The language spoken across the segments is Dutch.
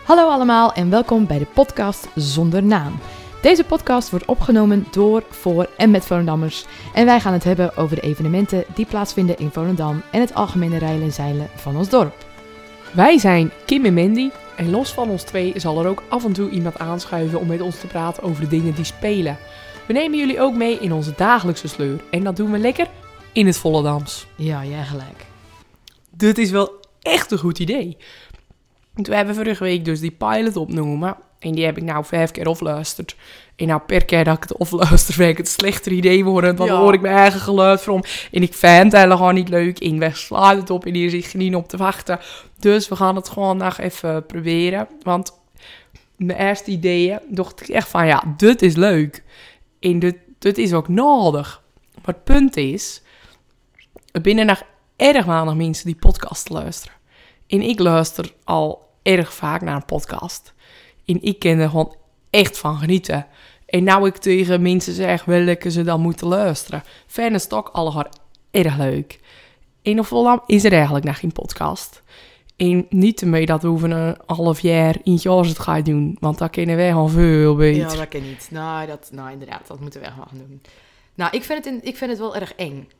Hallo allemaal en welkom bij de podcast Zonder Naam. Deze podcast wordt opgenomen door, voor en met Volendammers. En wij gaan het hebben over de evenementen die plaatsvinden in Volendam en het algemene rijden en zeilen van ons dorp. Wij zijn Kim en Mandy en los van ons twee zal er ook af en toe iemand aanschuiven om met ons te praten over de dingen die spelen. We nemen jullie ook mee in onze dagelijkse sleur en dat doen we lekker in het Volendams. Ja, jij gelijk. Dit is wel echt een goed idee. We hebben vorige week dus die pilot opgenomen en die heb ik nou 5 keer afgeluisterd. En nou per keer dat ik het afluister vind ik het slechter idee worden, want dan hoor ik mijn eigen geluid van. En ik vind het helemaal niet leuk en we slaan het op en hier zit niet op te wachten. Dus we gaan het gewoon nog even proberen, want mijn eerste ideeën dacht ik echt van ja, dit is leuk. En dit is ook nodig. Maar het punt is, er binnen nog erg weinig mensen die podcast luisteren. En ik luister al erg vaak naar een podcast. En ik kan er gewoon echt van genieten. En nou ik tegen mensen zeg welke ze dan moeten luisteren, vind ik het ook allemaal erg leuk. En op Volendam is er eigenlijk nog geen podcast. En niet ermee dat we over een half jaar in het jaar het gaan doen. Want dat kennen wij al veel beter. Ja, dat kan niet. Nou, inderdaad, dat moeten we echt wel gaan doen. Nou, ik vind het wel erg eng.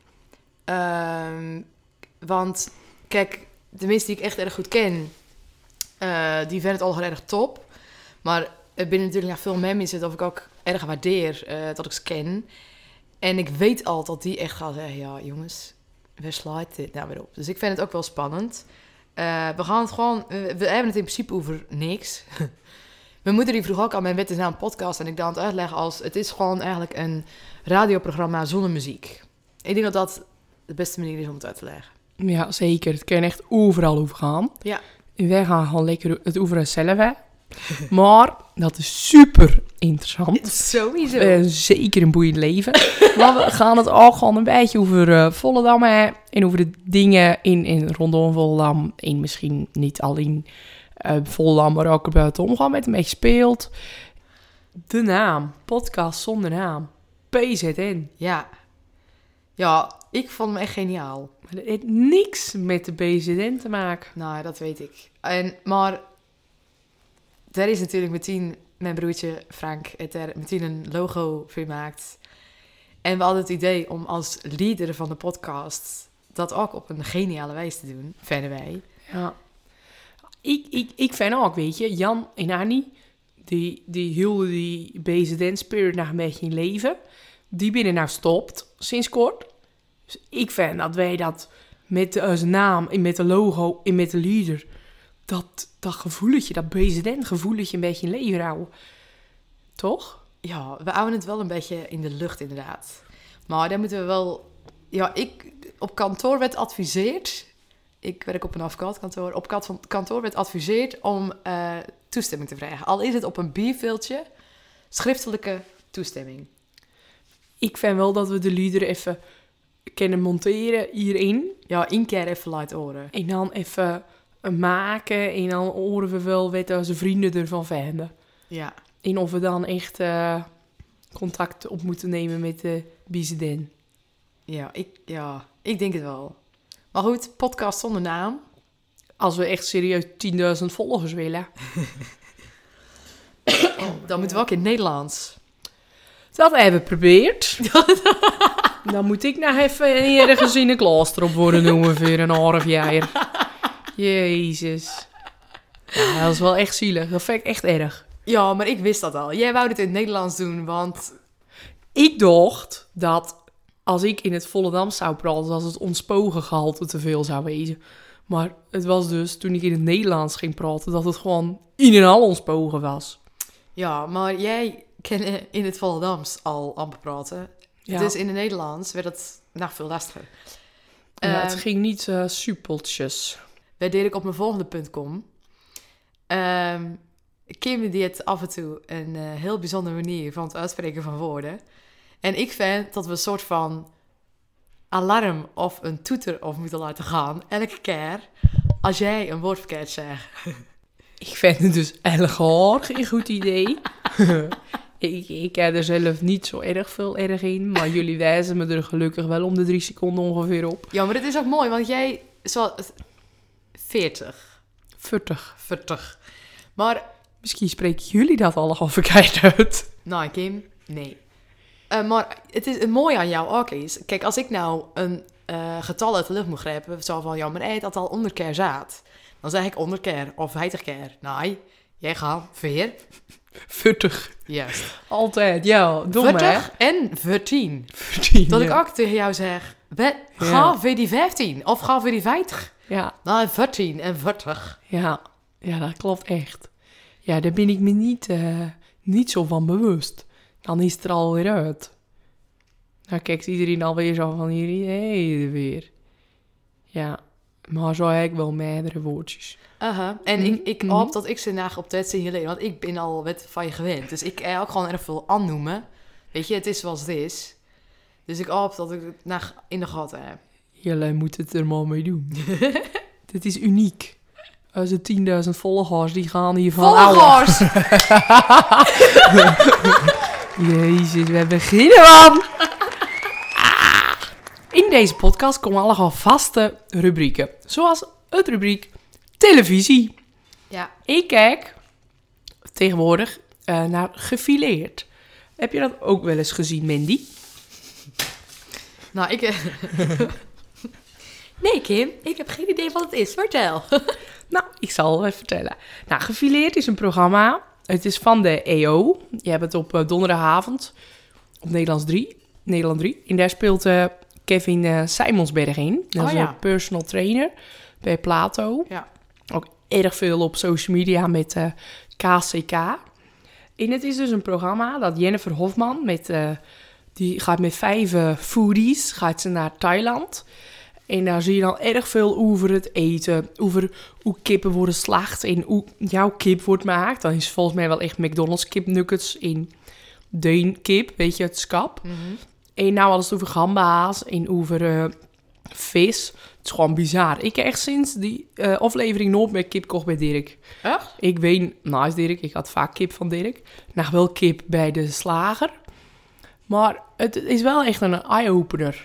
Want, kijk, de mensen die ik echt erg goed ken, die vinden het al erg top. Maar er binnen natuurlijk nog veel meer mensen dat ik ook erg waardeer dat ik ze ken. En ik weet al dat die echt gaan zeggen, ja jongens, waar slaat dit nou weer op? Dus ik vind het ook wel spannend. We gaan het gewoon, we hebben het in principe over niks. Mijn moeder die vroeg ook al, mijn wet is nou een podcast. En ik dan het uitleggen als, het is gewoon eigenlijk een radioprogramma zonder muziek. Ik denk dat dat de beste manier is om het uit te leggen. Ja, zeker. Het kan echt overal over gaan. Ja. En wij gaan gewoon lekker het over onszelf hebben. Maar dat is super interessant. Sowieso. Zeker een boeiend leven. Maar we gaan het ook gewoon een beetje over Volendam en over de dingen in rondom Volendam. En misschien niet alleen Volendam, maar ook buitenom gaan met mee gespeeld. De naam. Podcast zonder naam. PZN. Ja. Ja, ik vond hem echt geniaal. Het heeft niks met de BZN te maken. Nou, dat weet ik. Maar daar is natuurlijk meteen mijn broertje Frank het er meteen een logo voor gemaakt. En we hadden het idee om als leader van de podcast dat ook op een geniale wijze te doen, vinden wij. Ja. Ik vind ook, weet je, Jan en Annie, die hielden die BZN-spirit nog een beetje in leven. Die binnen nou stopt, sinds kort. Dus ik vind dat wij dat met onze naam en met de logo en met de leader, dat gevoeletje, dat BZN-gevoeletje een beetje in leven houden. Toch? Ja, we houden het wel een beetje in de lucht inderdaad. Maar daar moeten we wel... Ja, op kantoor werd adviseerd... Ik werk op een advocaatkantoor. Op kantoor werd adviseerd om toestemming te vragen. Al is het op een bierveeltje, schriftelijke toestemming. Ik vind wel dat we de leader even kunnen monteren hierin. Ja, één keer even laten horen. En dan even maken. En dan horen we wel wat onze vrienden ervan vinden. Ja. En of we dan echt contact op moeten nemen met de BZN. Ja, ik denk het wel. Maar goed, podcast zonder naam. Als we echt serieus 10.000 volgers willen. Dan moeten we ook in het Nederlands. Dat hebben we geprobeerd. Dan moet ik nog even ergens in een klooster op worden noemen voor een half jaar. Jezus. Ja, dat is wel echt zielig. Dat vind ik echt erg. Ja, maar ik wist dat al. Jij wou het in het Nederlands doen, want... Ik dacht dat als ik in het Volendams zou praten, dat het ontspogen gehalte te veel zou wezen. Maar het was dus, toen ik in het Nederlands ging praten, dat het gewoon in en al ontspogen was. Ja, maar jij kan in het Volendams al amper praten. Ja. Dus in het Nederlands werd het nog veel lastiger. Ja, het ging niet soepeltjes. Waardoor ik op mijn volgende punt kom. Kim die het af en toe een heel bijzondere manier van het uitspreken van woorden. En ik vind dat we een soort van alarm of een toeter of moeten laten gaan. Elke keer als jij een woord verkeerd zegt. Ik vind het dus helemaal geen goed idee. Ik heb er zelf niet zo erg veel erg in. Maar jullie wijzen me er gelukkig wel om de 3 seconden ongeveer op. Ja, maar het is ook mooi, want jij... 40. 40. Maar, Misschien spreken jullie dat allemaal verkeerd uit. nou Kim, nee. Maar het mooie aan jou ook is... Kijk, als ik nou een getal uit de lucht moet grijpen... Zo van, ja, maar het al onderkeer zaad. Dan zeg ik onderkeer of 50 keer. Nee, jij gaat 4. 40. Juist. Altijd, ja. Dom, hè? 40 en 14. 14, Dat ja. ik ook tegen jou zeg... Ga voor die 15 of ga voor die 50. Ja, Nee, 14 en 40. ja. Ja, dat klopt echt. Ja, daar ben ik me niet zo van bewust. Dan is het er alweer uit. Nou kijkt iedereen alweer zo van hier, hé, weer. Ja, maar zo heb ik wel meerdere woordjes. En ik hoop dat ik ze na op tijd zie jullie, want ik ben al wat van je gewend. Dus ik ook gewoon erg veel aannoemen. Weet je, het is zoals het is. Dus ik hoop dat ik het in de gaten heb. Jullie moeten het er maar mee doen. Dit is uniek. Als de 10.000 volgers, die gaan hiervan Volgers! Jezus, we beginnen man! In deze podcast komen allemaal vaste rubrieken. Zoals het rubriek televisie. Ja. Ik kijk tegenwoordig naar Gefileerd. Heb je dat ook wel eens gezien, Mandy? Nou, nee, Kim, ik heb geen idee wat het is. Vertel. Nou, ik zal het even vertellen. Nou, Gefileerd is een programma. Het is van de EO. Je hebt het op donderdagavond op Nederland 3. En daar speelt Kevin Simonsberg in. Dat is een personal trainer bij Plato. Ja. Ook erg veel op social media met KCK. En het is dus een programma dat Jennifer Hofman die gaat met 5 foodies gaat ze naar Thailand. En daar zie je dan erg veel over het eten, over hoe kippen worden slacht en hoe jouw kip wordt gemaakt. Dan is volgens mij wel echt McDonald's kipnuggets in deunkip, weet je, het skap. Mm-hmm. En nou alles over gamba's en over vis. Het is gewoon bizar. Ik heb echt sinds die aflevering nooit meer kip kocht bij Dirk. Echt? Ik weet, is Dirk, ik had vaak kip van Dirk. Nog wel kip bij de slager. Maar het is wel echt een eye-opener.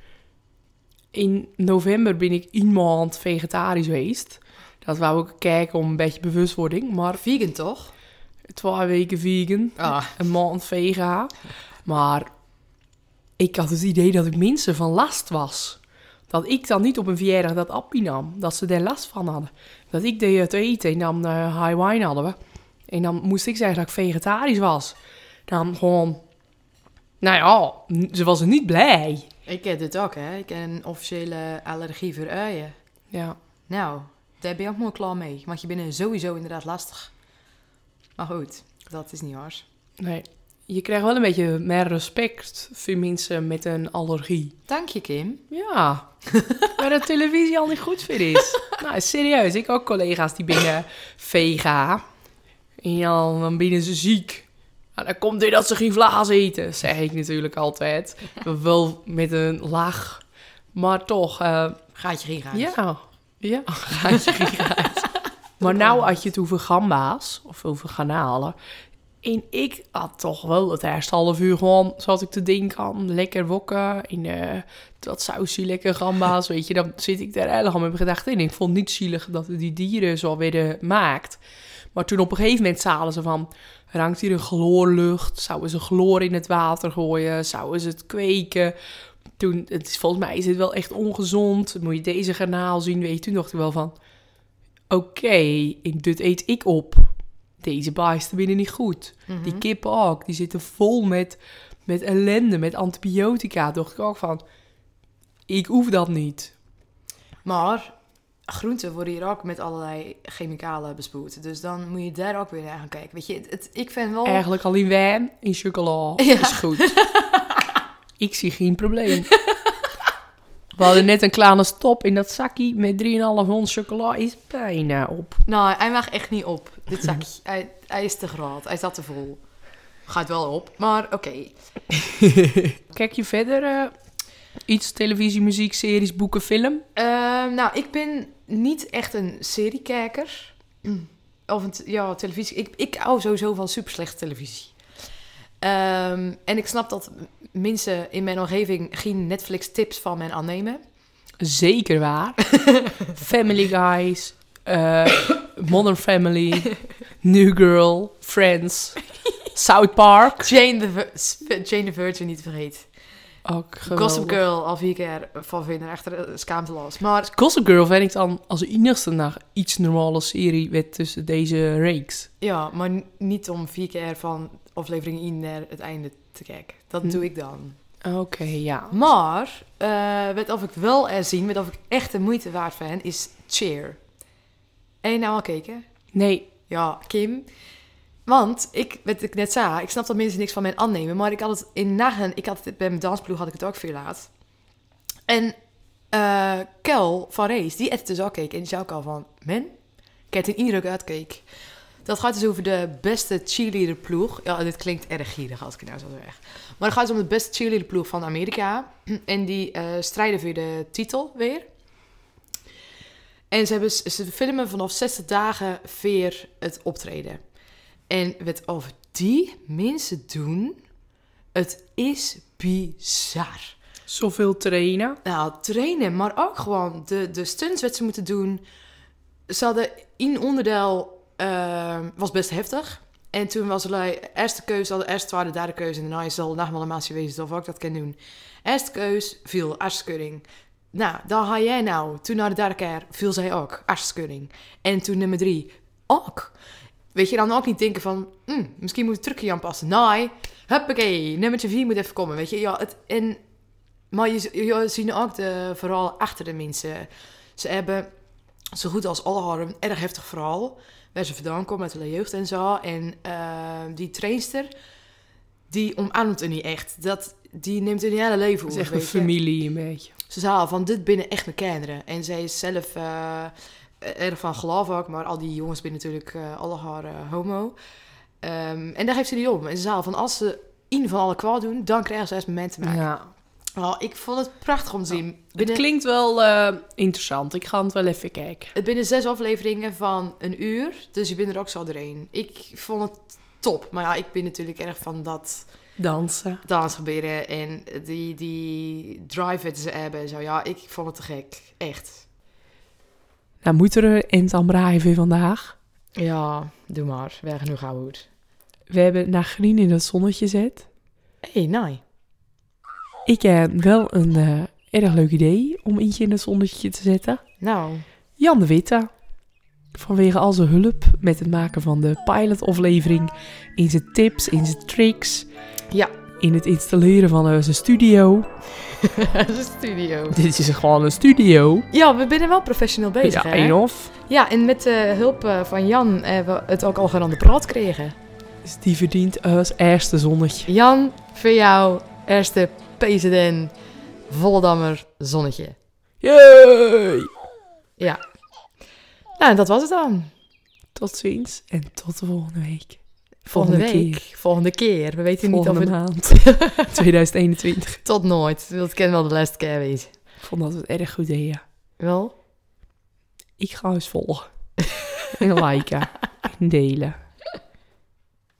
In november ben ik 1 maand vegetarisch geweest. Dat wou ik kijken om een beetje bewustwording. Maar Vegan, toch? 2 weken vegan, een maand vega. Maar ik had het idee dat ik mensen van last was. Dat ik dan niet op een verjaardag dat appie nam. Dat ze daar last van hadden. Dat ik deed het eten en dan high wine hadden we. En dan moest ik zeggen dat ik vegetarisch was. Dan gewoon... Nou ja, ze was er niet blij. Ik heb dit ook, hè. Ik heb een officiële allergie voor uien. Ja. Nou, daar ben je ook mooi klaar mee. Want je bent sowieso inderdaad lastig. Maar goed, dat is niet waar. Nee. Je krijgt wel een beetje meer respect voor mensen met een allergie. Dank je, Kim. Ja. Waar de televisie al niet goed voor is. Nou, serieus. Ik ook collega's die binnen vega. En dan binnen ze ziek. Nou, dan komt het dat ze geen vlees eten, zeg ik natuurlijk altijd. Wel met een lach. Maar toch... Gaatje geen gaatje. Ja, gaatje geen gaatje. Maar nou had je het over gamba's, of over garnalen. En ik had toch wel het eerste half uur gewoon, zat ik te denken aan, lekker wokken. En dat sausje, lekker gamba's, weet je. Dan zit ik daar eigenlijk al met mijn gedachten in. Ik vond het niet zielig dat die dieren zo werden gemaakt. Maar toen op een gegeven moment zaten ze van... Er hangt hier een chloorlucht. Zouden ze chloor in het water gooien? Zouden ze het kweken? Toen, volgens mij is het wel echt ongezond. Moet je deze garnaal zien, weet je. Toen dacht ik wel van... Oké, dit eet ik op. Deze bijsten binnen niet goed. Mm-hmm. Die kippen ook. Die zitten vol met ellende, met antibiotica. Dacht ik ook van... Ik hoef dat niet. Maar... groenten worden hier ook met allerlei chemicalen bespoed. Dus dan moet je daar ook weer naar gaan kijken. Weet je, ik vind wel... Eigenlijk alleen wijn in chocola is goed. Ik zie geen probleem. We hadden net een kleine stop in dat zakje met 3,5 ons chocola. Is bijna op. Nou, hij mag echt niet op, dit zakje. Hij is te groot. Hij staat te vol. Gaat wel op, maar oké. Kijk je verder... Iets, televisie, muziek, series, boeken, film? Nou, ik ben niet echt een seriekijker. Of televisie. Ik hou sowieso van super slechte televisie. En ik snap dat mensen in mijn omgeving geen Netflix-tips van mij aannemen. Zeker waar. Family Guys, Modern Family. New Girl, Friends, South Park. Jane the Virgin niet vergeten. Ook geweldig. Gossip Girl al 4 keer van vinden. Echt schaamteloos. Maar Gossip Girl vind ik dan als enigste nog iets normale serie met tussen deze reeks. ja, maar niet om 4 keer van aflevering 1 naar het einde te kijken. Dat doe ik dan. Oké, ja. Maar, wat of ik wel zien, wat of ik echt de moeite waard vind, is Cheer. En je nou al gekeken? Nee. Ja, Kim. Want, wat ik net zei, ik snap dat mensen niks van mij aannemen, maar ik had het in nagen, bij mijn dansploeg had ik het ook veel laat. En Kel van Rees, die het dus ook keek en die zei ook al van, ik heb het in iedere keer uitkeek. Dat gaat dus over de beste cheerleaderploeg. Ja, dit klinkt erg gierig als ik het nou zo zeg. Maar het gaat dus om de beste cheerleaderploeg van Amerika. En die strijden voor de titel weer. En ze filmen vanaf 60 dagen weer het optreden. En wat over die mensen doen, het is bizar. Zoveel trainen. Nou, trainen, maar ook gewoon de stunts wat ze moeten doen. Ze hadden in onderdeel, was best heftig. En toen was de eerste keuze, de eerste, tweede, derde keuze. En daarna is al nog wel een maatje wezen of ik dat kan doen. Eerste keuze viel aardskeuring. Nou, dan ga jij nou. Toen na de derde keer viel zij ook aardskeuring. En toen nummer 3 ook. Weet je, dan ook niet denken van, misschien moet ik het trucje aanpassen. Nee, huppakee, nummertje 4 moet even komen, weet je. Ja, maar je ziet ook vooral achter de mensen. Ze hebben zo goed als alle een erg heftig verhaal. Waar ze vandaan komen uit de jeugd en zo. En die trainster, die omarmt er niet echt. Die neemt hun hele leven Het over. is echt een familie een beetje. Ze zei al van, dit binnen echt mijn kinderen. En zij is zelf erg van geloof ook. Maar al die jongens binnen natuurlijk alle homo. En daar geeft ze niet om. En ze zei al van, als ze in van alle kwaad doen, dan krijgen ze eerst momenten te maken. Ja. Oh, ik vond het prachtig om te zien. Het klinkt wel interessant. Ik ga het wel even kijken. Het binnen 6 afleveringen van 1 uur. Dus je bent er ook zo doorheen. Ik vond het top. Maar ja, ik ben natuurlijk erg van dat Dansen. dans gebeuren. En die drive het ze hebben. Zo, ja, ik vond het te gek. Echt. Nou, moet er een eind aan breien vandaag. Ja, doe maar. Wij gaan nu gauw goed. We hebben naar Grien in het zonnetje gezet. Hey, nee. Ik heb wel een erg leuk idee om eentje in het zonnetje te zetten. Nou. Jan de Witte. Vanwege al zijn hulp met het maken van de pilotaflevering. In zijn tips, in zijn tricks. Ja. In het installeren van zijn studio. De studio. Dit is gewoon een studio. Ja, we zijn wel professioneel bezig, Ja, hè? één of. Ja, en met de hulp van Jan hebben we het ook al aan de praat gekregen. Dus die verdient als eerste zonnetje. Jan, voor jou eerste PZN Volendammer zonnetje. Yay! Ja. Nou, dat was het dan. Tot ziens en tot de volgende week. Volgende keer. We weten Volgende niet of maand. 2021. Tot nooit. Dat kan wel de laatste keer wezen. Ik vond dat het erg goed deden. Wel? Ik ga eens volgen. En liken. En delen.